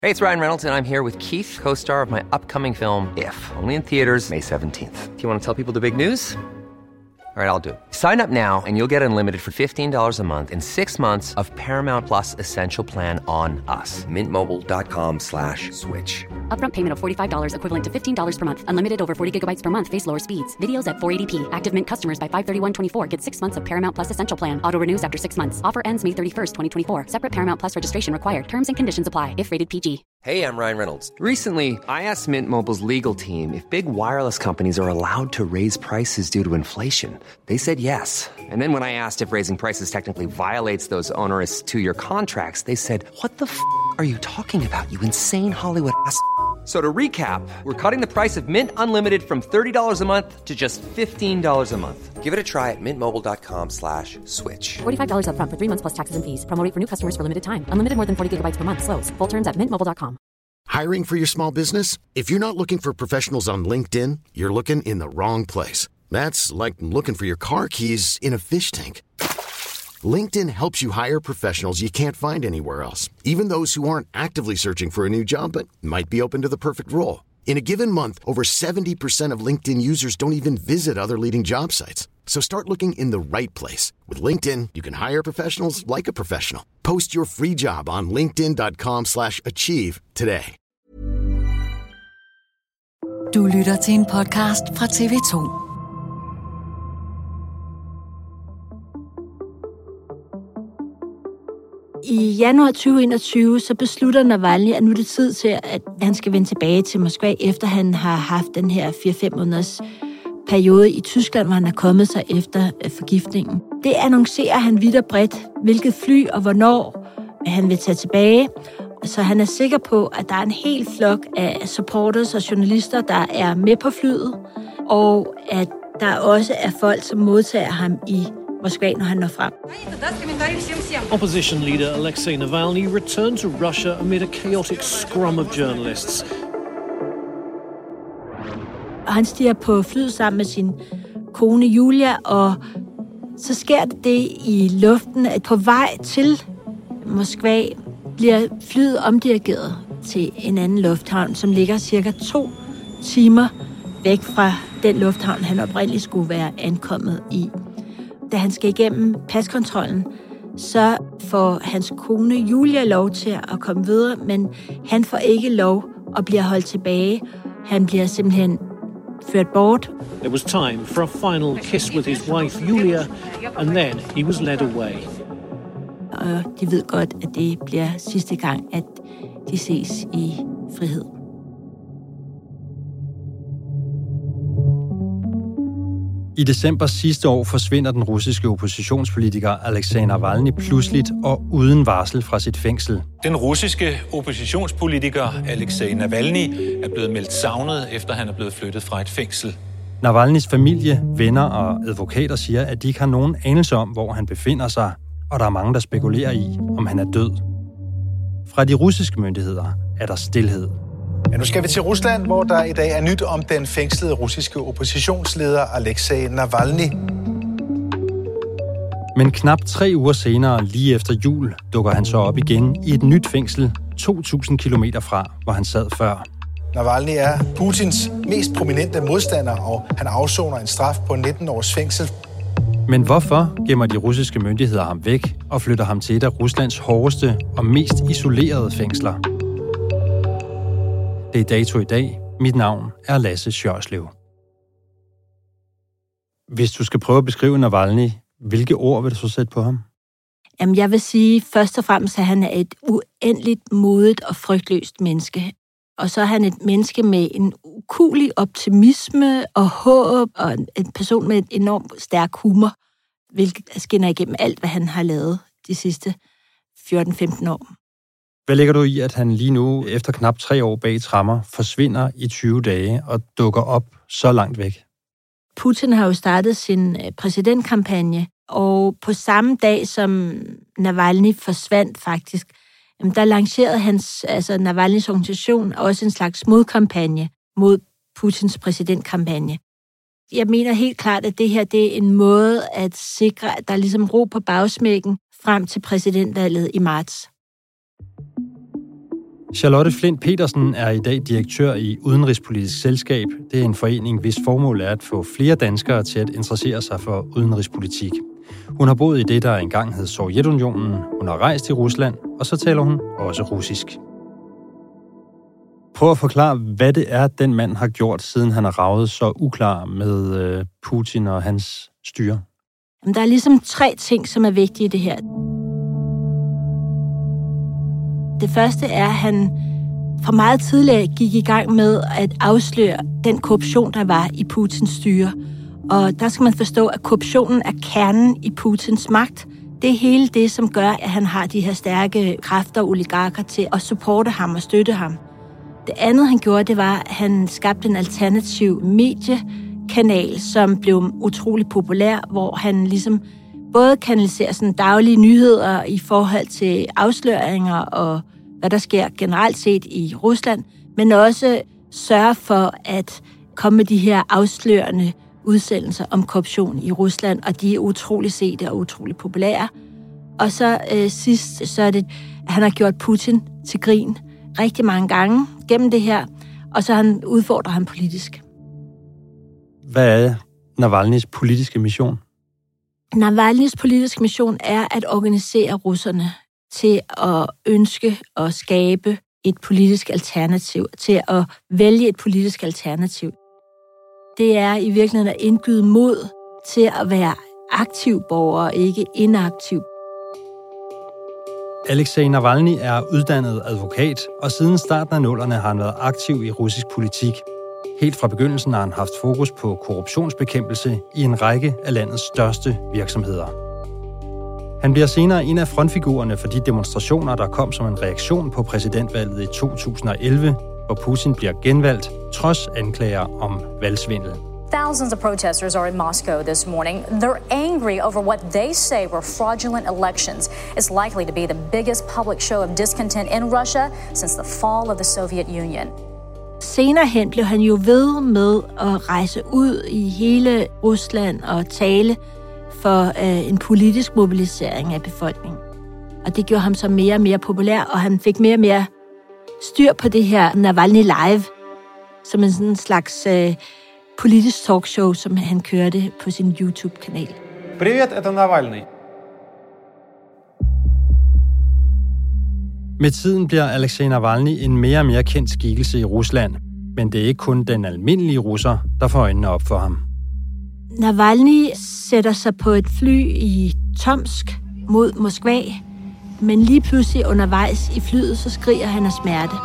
Hey, it's Ryan Reynolds, and I'm here with Keith, co-star of my upcoming film, If, only in theaters May 17th. Do you want to tell people the big news? All right, I'll do it. Sign up now and you'll get unlimited for $15 a month and 6 months of Paramount Plus Essential Plan on us. MintMobile.com/switch. Upfront payment of $45 equivalent to $15 per month. Unlimited over 40 gigabytes per month. Face lower speeds. Videos at 480p. Active Mint customers by 531.24 get 6 months of Paramount Plus Essential Plan. Auto renews after 6 months. Offer ends May 31st, 2024. Separate Paramount Plus registration required. Terms and conditions apply if rated PG. Hey, I'm Ryan Reynolds. Recently, I asked Mint Mobile's legal team if big wireless companies are allowed to raise prices due to inflation. They said yes. And then when I asked if raising prices technically violates those onerous 2-year contracts, they said, "What the f*** are you talking about, you insane Hollywood ass?" So to recap, we're cutting the price of Mint Unlimited from $30 a month to just $15 a month. Give it a try at mintmobile.com/switch. $45 upfront for 3 months plus taxes and fees. Promo rate for new customers for limited time. Unlimited more than 40 gigabytes per month. Slows full terms at mintmobile.com. Hiring for your small business? If you're not looking for professionals on LinkedIn, you're looking in the wrong place. That's like looking for your car keys in a fish tank. LinkedIn helps you hire professionals you can't find anywhere else, even those who aren't actively searching for a new job but might be open to the perfect role. In a given month, over 70% of LinkedIn users don't even visit other leading job sites. So start looking in the right place. With LinkedIn, you can hire professionals like a professional. Post your free job on linkedin.com/achieve today. Du lytter til en podcast fra TV2. I januar 2021 så beslutter Navalny, at nu er det tid til, at han skal vende tilbage til Moskva, efter han har haft den her 4-5 måneders periode i Tyskland, hvor han er kommet sig efter forgiftningen. Det annoncerer han vidt og bredt, hvilket fly og hvornår han vil tage tilbage. Så han er sikker på, at der er en hel flok af supporters og journalister, der er med på flyet, og at der også er folk, som modtager ham i Moskva, når han når frem. Opposition leader Alexei Navalny returned to Russia amid a chaotic scrum of journalists. Og han stiger på flyet sammen med sin kone Julia, og så sker det i luften, at på vej til Moskva bliver flyet omdirigeret til en anden lufthavn, som ligger cirka 2 timer væk fra den lufthavn, han oprindeligt skulle være ankommet i. Da han skal igennem paskontrollen, så får hans kone Julia lov til at komme videre, men han får ikke lov og bliver holdt tilbage. Han bliver simpelthen ført bort. There was time for a final kiss with his wife Julia, and then he was led away. Og de ved godt, at det bliver sidste gang, at de ses i frihed. I december sidste år forsvinder den russiske oppositionspolitiker Alexei Navalny pludseligt og uden varsel fra sit fængsel. Den russiske oppositionspolitiker Alexei Navalny er blevet meldt savnet, efter han er blevet flyttet fra et fængsel. Navalnys familie, venner og advokater siger, at de ikke har nogen anelse om, hvor han befinder sig, og der er mange, der spekulerer i, om han er død. Fra de russiske myndigheder er der stilhed. Ja, nu skal vi til Rusland, hvor der i dag er nyt om den fængslede russiske oppositionsleder Alexei Navalny. Men knap 3 uger senere, lige efter jul, dukker han så op igen i et nyt fængsel 2.000 kilometer fra, hvor han sad før. Navalny er Putins mest prominente modstander, og han afsoner en straf på 19 års fængsel. Men hvorfor gemmer de russiske myndigheder ham væk og flytter ham til et af Ruslands hårdeste og mest isolerede fængsler? Det er Dato i dag. Mit navn er Lasse Sjørslev. Hvis du skal prøve at beskrive Navalny, hvilke ord vil du så sætte på ham? Jamen, jeg vil sige først og fremmest, at han er et uendeligt modigt og frygtløst menneske. Og så er han et menneske med en ukuelig optimisme og håb, og en person med et enormt stærk humor, hvilket skinner igennem alt, hvad han har lavet de sidste 14-15 år. Hvad lægger du i, at han lige nu, efter knap 3 år bag tremmer, forsvinder i 20 dage og dukker op så langt væk? Putin har jo startet sin præsidentkampagne, og på samme dag, som Navalny forsvandt faktisk, der lancerede Navalnys organisation også en slags modkampagne mod Putins præsidentkampagne. Jeg mener helt klart, at det her det er en måde at sikre, at der er ligesom ro på bagsmækken frem til præsidentvalget i marts. Charlotte Flint Petersen er i dag direktør i Udenrigspolitisk Selskab. Det er en forening, hvis formål er at få flere danskere til at interessere sig for udenrigspolitik. Hun har boet i det, der engang hed Sovjetunionen. Hun har rejst i Rusland, og så taler hun også russisk. Prøv at forklare, hvad det er, den mand har gjort, siden han har raget så uklar med Putin og hans styre. Der er ligesom 3 ting, som er vigtige i det her. Det første er, at han fra meget tidligere gik i gang med at afsløre den korruption, der var i Putins styre. Og der skal man forstå, at korruptionen er kernen i Putins magt. Det er hele det, som gør, at han har de her stærke kræfter og oligarker til at supporte ham og støtte ham. Det andet, han gjorde, det var, at han skabte en alternativ mediekanal, som blev utrolig populær, hvor han ligesom både kanaliserer sådan daglige nyheder i forhold til afsløringer og hvad der sker generelt set i Rusland, men også sørger for at komme med de her afslørende udsendelser om korruption i Rusland, og de er utrolig sete og utrolig populære. Og så sidst, så er det, at han har gjort Putin til grin rigtig mange gange gennem det her, og så han udfordrer ham politisk. Hvad er Navalnyjs politiske mission? Navalnyjs politiske mission er at organisere russerne til at ønske og skabe et politisk alternativ, til at vælge et politisk alternativ. Det er i virkeligheden at indgyde mod til at være aktiv borger, ikke inaktiv. Alexej Navalny er uddannet advokat, og siden starten af 00'erne har han været aktiv i russisk politik. Helt fra begyndelsen har han haft fokus på korruptionsbekæmpelse i en række af landets største virksomheder. Han bliver senere en af frontfigurerne for de demonstrationer, der kom som en reaktion på præsidentvalget i 2011, hvor Putin bliver genvalgt, trods anklager om valgsvindel. Thousands of protesters are in Moscow this morning. They're angry over what they say were fraudulent elections. It's likely to be the biggest public show of discontent in Russia since the fall of the Soviet Union. Senere hen blev han jo ved med at rejse ud i hele Rusland og tale for en politisk mobilisering af befolkningen. Og det gjorde ham så mere og mere populær, og han fik mere og mere styr på det her Navalny Live, som en sådan slags politisk talkshow, som han kørte på sin YouTube-kanal. Привет, это Навальный. Med tiden bliver Alexej Navalny en mere og mere kendt skikkelse i Rusland, men det er ikke kun den almindelige russer, der får øjnene op for ham. Navalny sætter sig på et fly i Tomsk mod Moskva, men lige pludselig undervejs i flyet, så skriger han af smerte.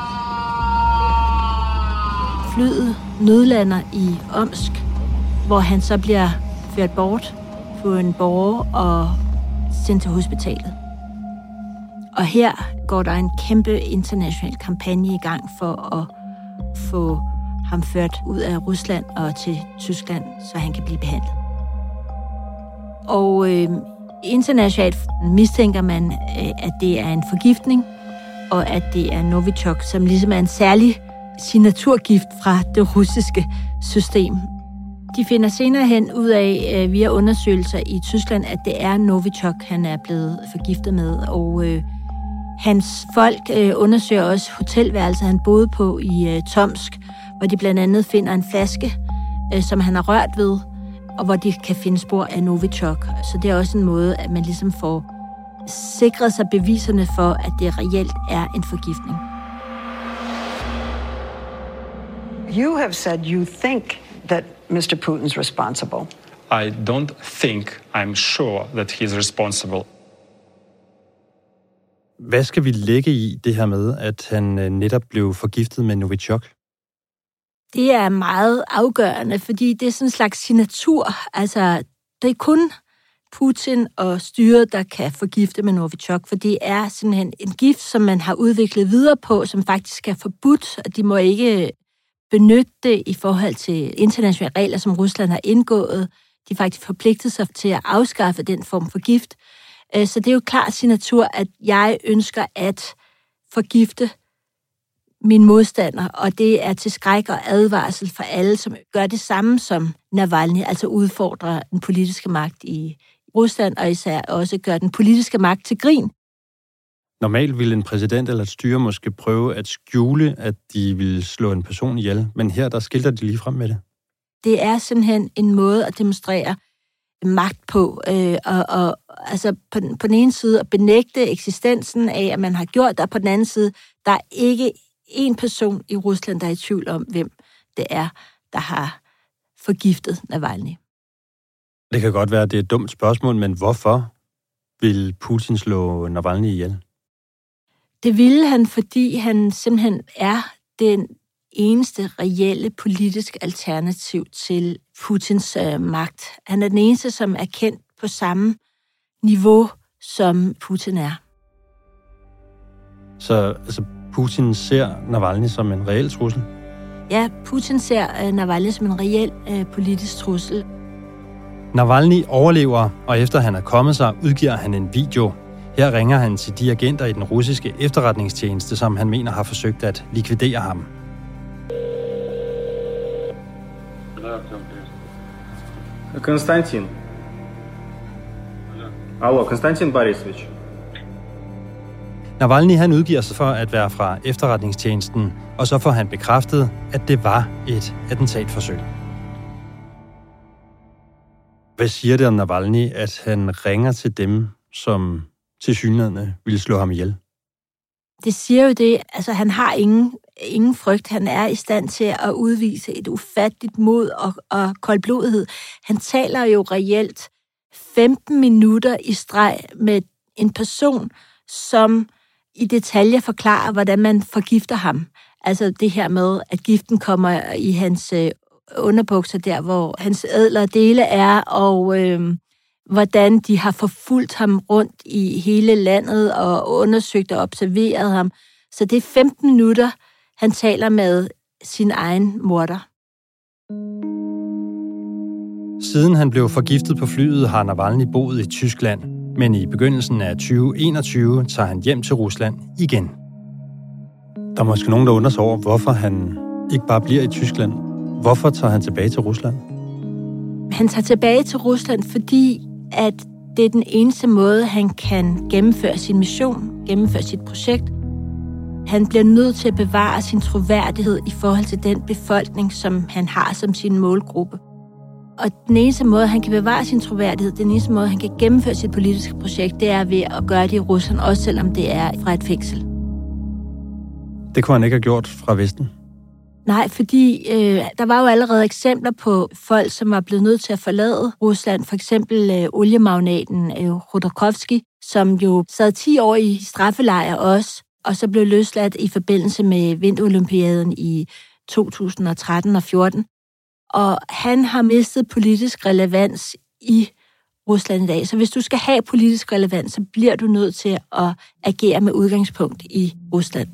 Flyet nødlander i Omsk, hvor han så bliver ført bort på en båre og sendt til hospitalet. Og her går der en kæmpe international kampagne i gang for at få ham ført ud af Rusland og til Tyskland, så han kan blive behandlet. Og internationalt mistænker man, at det er en forgiftning, og at det er Novichok, som ligesom er en særlig signaturgift fra det russiske system. De finder senere hen ud af via undersøgelser i Tyskland, at det er Novichok, han er blevet forgiftet med, og hans folk undersøger også hotelværelset, han boede på i Tomsk, hvor de blandt andet finder en flaske, som han har rørt ved, og hvor de kan finde spor af Novichok. Så det er også en måde, at man ligesom får sikret sig beviserne for, at det reelt er en forgiftning. You have said you think that Mr. Putin's responsible. I don't think, I'm sure that he's responsible. Hvad skal vi lægge i det her med, at han netop blev forgiftet med Novichok? Det er meget afgørende, fordi det er sådan en slags signatur. Altså, det er kun Putin og styret, der kan forgifte med Novichok, for det er simpelthen en gift, som man har udviklet videre på, som faktisk er forbudt, og de må ikke benytte det i forhold til internationale regler, som Rusland har indgået. De faktisk forpligtet sig til at afskaffe den form for gift. Så det er jo klart signatur, at jeg ønsker at forgifte min modstander, og det er til skræk og advarsel for alle, som gør det samme som Navalny, altså udfordrer den politiske magt i Rusland, og især også gør den politiske magt til grin. Normalt ville en præsident eller et styre måske prøve at skjule, at de ville slå en person ihjel, men her der skilter de lige frem med det. Det er simpelthen en måde at demonstrere magt på, og altså på den ene side at benægte eksistensen af, at man har gjort det, og på den anden side, der er ikke én person i Rusland, der er i tvivl om, hvem det er, der har forgiftet Navalny. Det kan godt være, at det er et dumt spørgsmål, men hvorfor vil Putin slå Navalny ihjel? Det ville han, fordi han simpelthen er den eneste reelle politisk alternativ til Putins magt. Han er den eneste, som er kendt på samme niveau, som Putin er. Så Putin ser Navalny som en reel trussel? Ja, Putin ser Navalny som en reel politisk trussel. Navalny overlever, og efter han er kommet sig, udgiver han en video. Her ringer han til de agenter i den russiske efterretningstjeneste, som han mener har forsøgt at likvidere ham. Konstantin. Allo, Konstantin Borisovich. Navalny han udgiver sig for at være fra efterretningstjenesten, og så får han bekræftet, at det var et attentatforsøg. Hvad siger det om Navalny, at han ringer til dem, som tilsyneladende ville slå ham ihjel? Det siger jo det, altså han har ingen frygt. Han er i stand til at udvise et ufatteligt mod og koldblodighed. Han taler jo reelt 15 minutter i streg med en person, som i detaljer forklarer, hvordan man forgifter ham. Altså det her med, at giften kommer i hans underbukser, der hvor hans ædlere dele er, og hvordan de har forfulgt ham rundt i hele landet og undersøgt og observeret ham. Så det er 15 minutter, han taler med sin egen morder. Siden han blev forgiftet på flyet, har Navalny boet i Tyskland, men i begyndelsen af 2021 tager han hjem til Rusland igen. Der er måske nogen, der undrer sig over, hvorfor han ikke bare bliver i Tyskland. Hvorfor tager han tilbage til Rusland? Han tager tilbage til Rusland, fordi at det er den eneste måde, han kan gennemføre sin mission, gennemføre sit projekt. Han bliver nødt til at bevare sin troværdighed i forhold til den befolkning, som han har som sin målgruppe. Og den eneste måde, han kan bevare sin troværdighed, den eneste måde, han kan gennemføre sit politiske projekt, det er ved at gøre det i Rusland, også selvom det er fra et fængsel. Det kunne han ikke have gjort fra Vesten? Nej, fordi der var jo allerede eksempler på folk, som var blevet nødt til at forlade Rusland. For eksempel oliemagnaten Khodorkovsky, som jo sad 10 år i straffelejr også, og så blev løsladt i forbindelse med vinterolympiaden i 2013 og 14. Og han har mistet politisk relevans i Rusland i dag. Så hvis du skal have politisk relevans, så bliver du nødt til at agere med udgangspunkt i Rusland.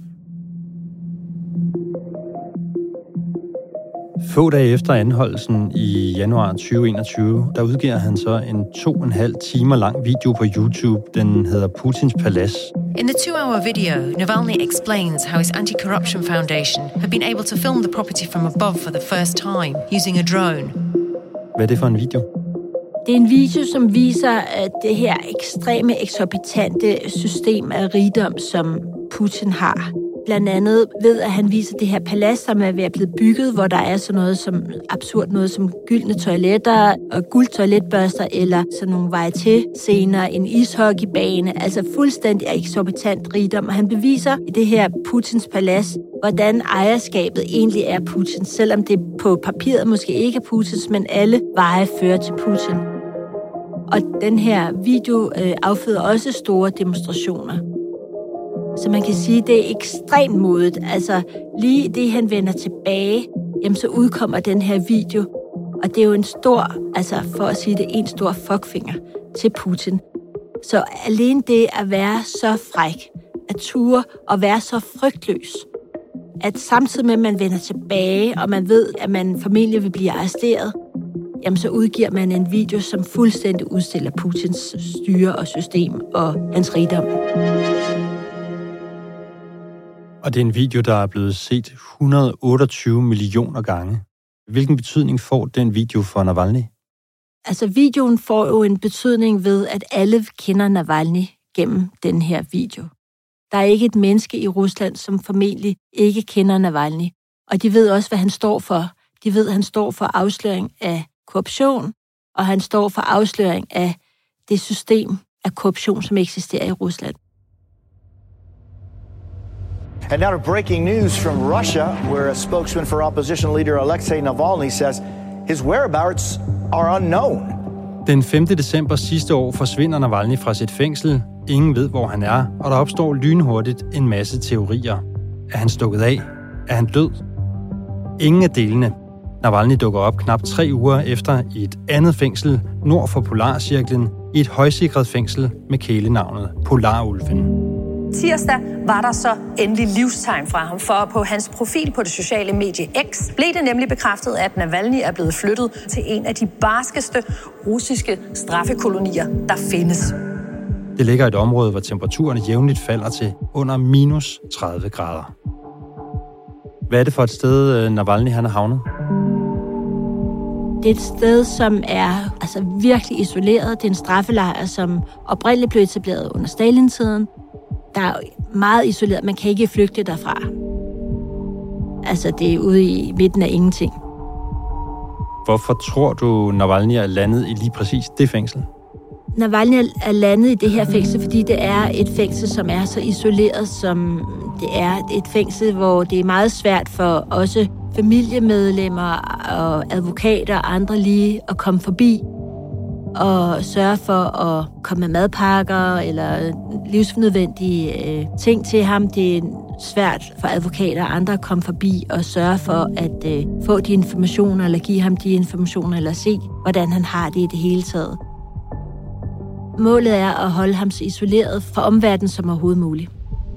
Få dage efter anholdelsen i januar 2021, der udgiver han så en 2,5 timer lang video på YouTube. Den hedder Putins Palads. In the 2-hour video, Navalny explains how his anti-corruption foundation have been able to film the property from above for the first time using a drone. Hvad er det for en video? Det er en video, som viser det her ekstreme, eksorbitante system af rigdom, som Putin har. Blandt andet ved, at han viser det her palads, som er ved at blive bygget, hvor der er sådan noget som absurd noget som gyldne toiletter og guldtoiletbørster, eller sådan nogle varieté-scener, en ishockeybane, altså fuldstændig eksorbitant rigdom. Og han beviser i det her Putins palads, hvordan ejerskabet egentlig er Putins, selvom det på papiret måske ikke er Putins, men alle veje fører til Putin. Og den her video afføder også store demonstrationer. Så man kan sige, at det er ekstremt modigt. Altså lige det, han vender tilbage, jamen så udkommer den her video. Og det er jo en stor, altså for at sige det, en stor fuckfinger til Putin. Så alene det at være så fræk, at ture og være så frygtløs, at samtidig med, at man vender tilbage, og man ved, at man formentlig vil blive arresteret, jamen så udgiver man en video, som fuldstændig udstiller Putins styre og system og hans rigdom. Og det er en video, der er blevet set 128 millioner gange. Hvilken betydning får den video for Navalny? Altså, videoen får jo en betydning ved, at alle kender Navalny gennem den her video. Der er ikke et menneske i Rusland, som formentlig ikke kender Navalny. Og de ved også, hvad han står for. De ved, at han står for afsløring af korruption, og han står for afsløring af det system af korruption, som eksisterer i Rusland. And now to breaking news from Russia, where a spokesman for opposition leader Alexei Navalny says his whereabouts are unknown. Den 5. december sidste år forsvinder Navalny fra sit fængsel. Ingen ved, hvor han er, og der opstår lynhurtigt en masse teorier. Er han stukket af? Er han død? Ingen af delene. Navalny dukker op knap 3 uger efter i et andet fængsel nord for Polarcirklen, i et højsikret fængsel med kælenavnet Polarulven. Tirsdag var der så endelig livstegn fra ham, for på hans profil på det sociale medie X blev det nemlig bekræftet, at Navalny er blevet flyttet til en af de barskeste russiske straffekolonier, der findes. Det ligger i et område, hvor temperaturen jævnligt falder til under minus 30 grader. Hvad er det for et sted, Navalny han er havnet? Det er et sted, som er virkelig isoleret. Det er en straffelejr, som oprindeligt blev etableret under Stalin-tiden. Der er meget isoleret. Man kan ikke flygte derfra. Det er ude i midten af ingenting. Hvorfor tror du, Navalny er landet i lige præcis det fængsel? Navalny er landet i det her fængsel, fordi det er et fængsel, som er så isoleret, som det er. Et fængsel, hvor det er meget svært for også familiemedlemmer og advokater og andre lige at komme forbi og sørge for at komme med madpakker eller livsnødvendige ting til ham. Det er svært for advokater og andre at komme forbi og sørge for at få de informationer, eller give ham de informationer, eller se, hvordan han har det i det hele taget. Målet er at holde ham så isoleret fra omverdenen som overhovedet muligt.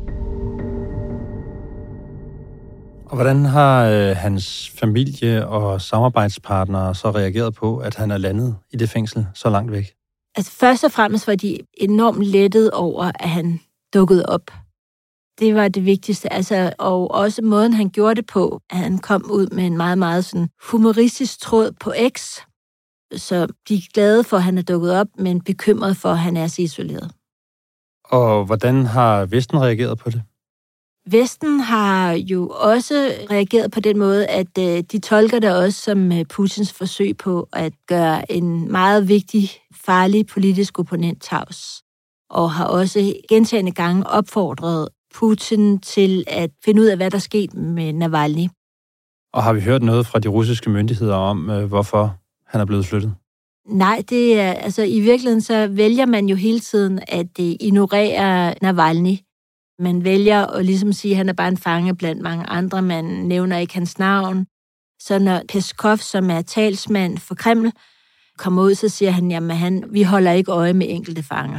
Og hvordan har hans familie og samarbejdspartnere så reageret på, at han er landet i det fængsel så langt væk? Først og fremmest var de enormt lettet over, at han dukkede op. Det var det vigtigste. Og også måden, han gjorde det på, at han kom ud med en meget, meget sådan humoristisk tråd på X. Så de er glade for, at han er dukket op, men bekymrede for, at han er så isoleret. Og hvordan har Vesten reageret på det? Vesten har jo også reageret på den måde, at de tolker det også som Putins forsøg på at gøre en meget vigtig, farlig politisk opponent tavs. Og har også gentagne gange opfordret Putin til at finde ud af, hvad der skete med Navalny. Og har vi hørt noget fra de russiske myndigheder om, hvorfor han er blevet flyttet? Nej, det er, i virkeligheden så vælger man jo hele tiden at ignorere Navalny. Man vælger at ligesom sige, at han er bare en fange blandt mange andre. Man nævner ikke hans navn. Så når Peskov, som er talsmand for Kreml, kommer ud, så siger han, jamen vi holder ikke øje med enkelte fanger.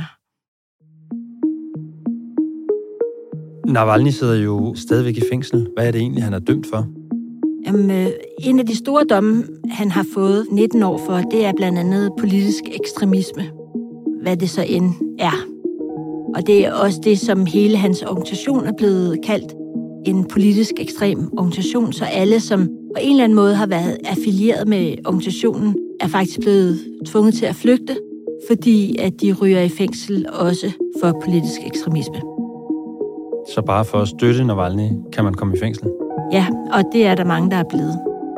Navalny sidder jo stadigvæk i fængsel. Hvad er det egentlig, han er dømt for? Jamen, en af de store domme, han har fået 19 år for, det er blandt andet politisk ekstremisme. Hvad det så end er. Og det er også det, som hele hans organisation er blevet kaldt en politisk ekstrem organisation. Så alle, som på en eller anden måde har været affilieret med organisationen, er faktisk blevet tvunget til at flygte, fordi at de ryger i fængsel også for politisk ekstremisme. Så bare for at støtte Navalny, kan man komme i fængsel? Ja, og det er der mange, der er blevet.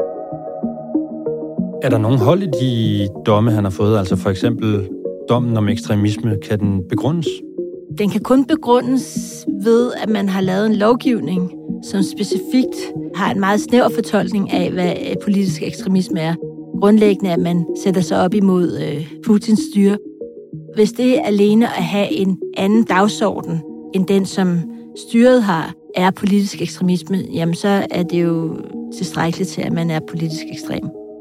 Er der nogen hold i de domme, han har fået? Altså for eksempel dommen om ekstremisme, kan den begrundes? Den kan kun begrundes ved, at man har lavet en lovgivning, som specifikt har en meget snæver fortolkning af, hvad politisk ekstremisme er. Grundlæggende, at man sætter sig op imod Putins styre. Hvis det er alene at have en anden dagsorden, end den, som styret har, er politisk ekstremisme, jamen så er det jo tilstrækkeligt til, at man er politisk ekstrem.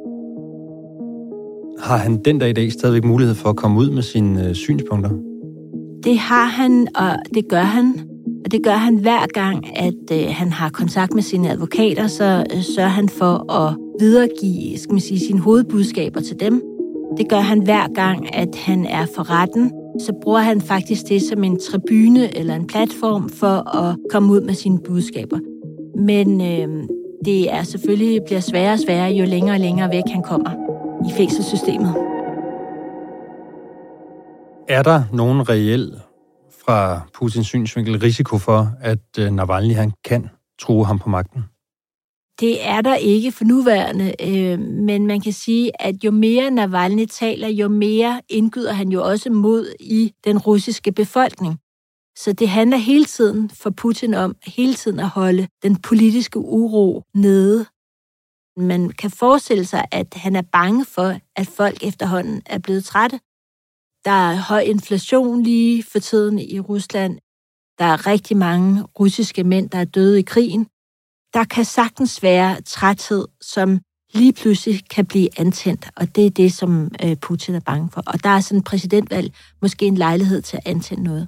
Har han den dag i dag stadigvæk mulighed for at komme ud med sine synspunkter? Det har han, og det gør han. Og det gør han hver gang, at han har kontakt med sine advokater, så sørger han for at videregive, sine hovedbudskaber til dem. Det gør han hver gang, at han er for retten. Så bruger han faktisk det som en tribune eller en platform for at komme ud med sine budskaber. Men det er selvfølgelig bliver sværere og sværere, jo længere og længere væk han kommer i fængselssystemet. Er der nogen reel fra Putins synsvinkel risiko for, at Navalny han kan true ham på magten? Det er der ikke for nuværende, men man kan sige, at jo mere Navalny taler, jo mere indgyder han jo også mod i den russiske befolkning. Så det handler hele tiden for Putin om hele tiden at holde den politiske uro nede. Man kan forestille sig, at han er bange for, at folk efterhånden er blevet trætte. Der er høj inflation lige for tiden i Rusland. Der er rigtig mange russiske mænd, der er døde i krigen. Der kan sagtens være træthed, som lige pludselig kan blive antændt, og det er det, som Putin er bange for. Og der er sådan en præsidentvalg måske en lejlighed til at antænde noget.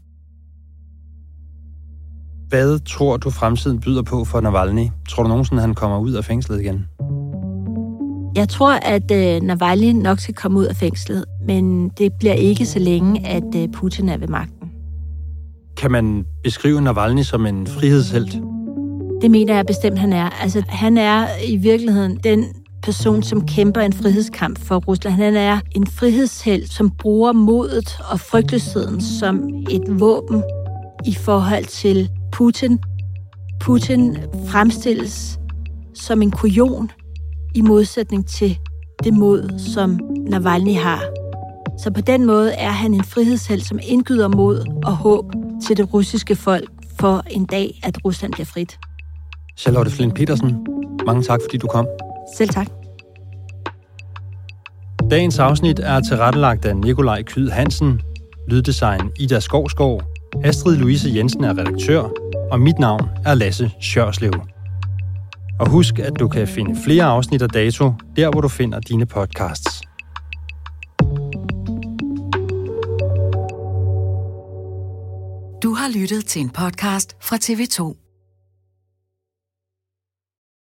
Hvad tror du, fremtiden byder på for Navalny? Tror du nogensinde, han kommer ud af fængslet igen? Jeg tror, at Navalny nok skal komme ud af fængslet, men det bliver ikke så længe, at Putin er ved magten. Kan man beskrive Navalny som en frihedshelt? Det mener jeg bestemt, han er. Altså, han er i virkeligheden den person, som kæmper en frihedskamp for Rusland. Han er en frihedshelt, som bruger modet og frygtløsheden som et våben i forhold til Putin. Putin fremstilles som en kujon i modsætning til det mod, som Navalny har. Så på den måde er han en frihedshelt, som indgyder mod og håb til det russiske folk for en dag, at Rusland bliver frit. Charlotte Flint Petersen, mange tak, fordi du kom. Selv tak. Dagens afsnit er tilrettelagt af Nikolaj Kyed Hansen, lyddesign Ida Skovsgaard, Astrid Louise Jensen er redaktør, og mit navn er Lasse Sjørslev. Og husk, at du kan finde flere afsnit af Dato, der hvor du finder dine podcasts. Du har lyttet til en podcast fra TV2.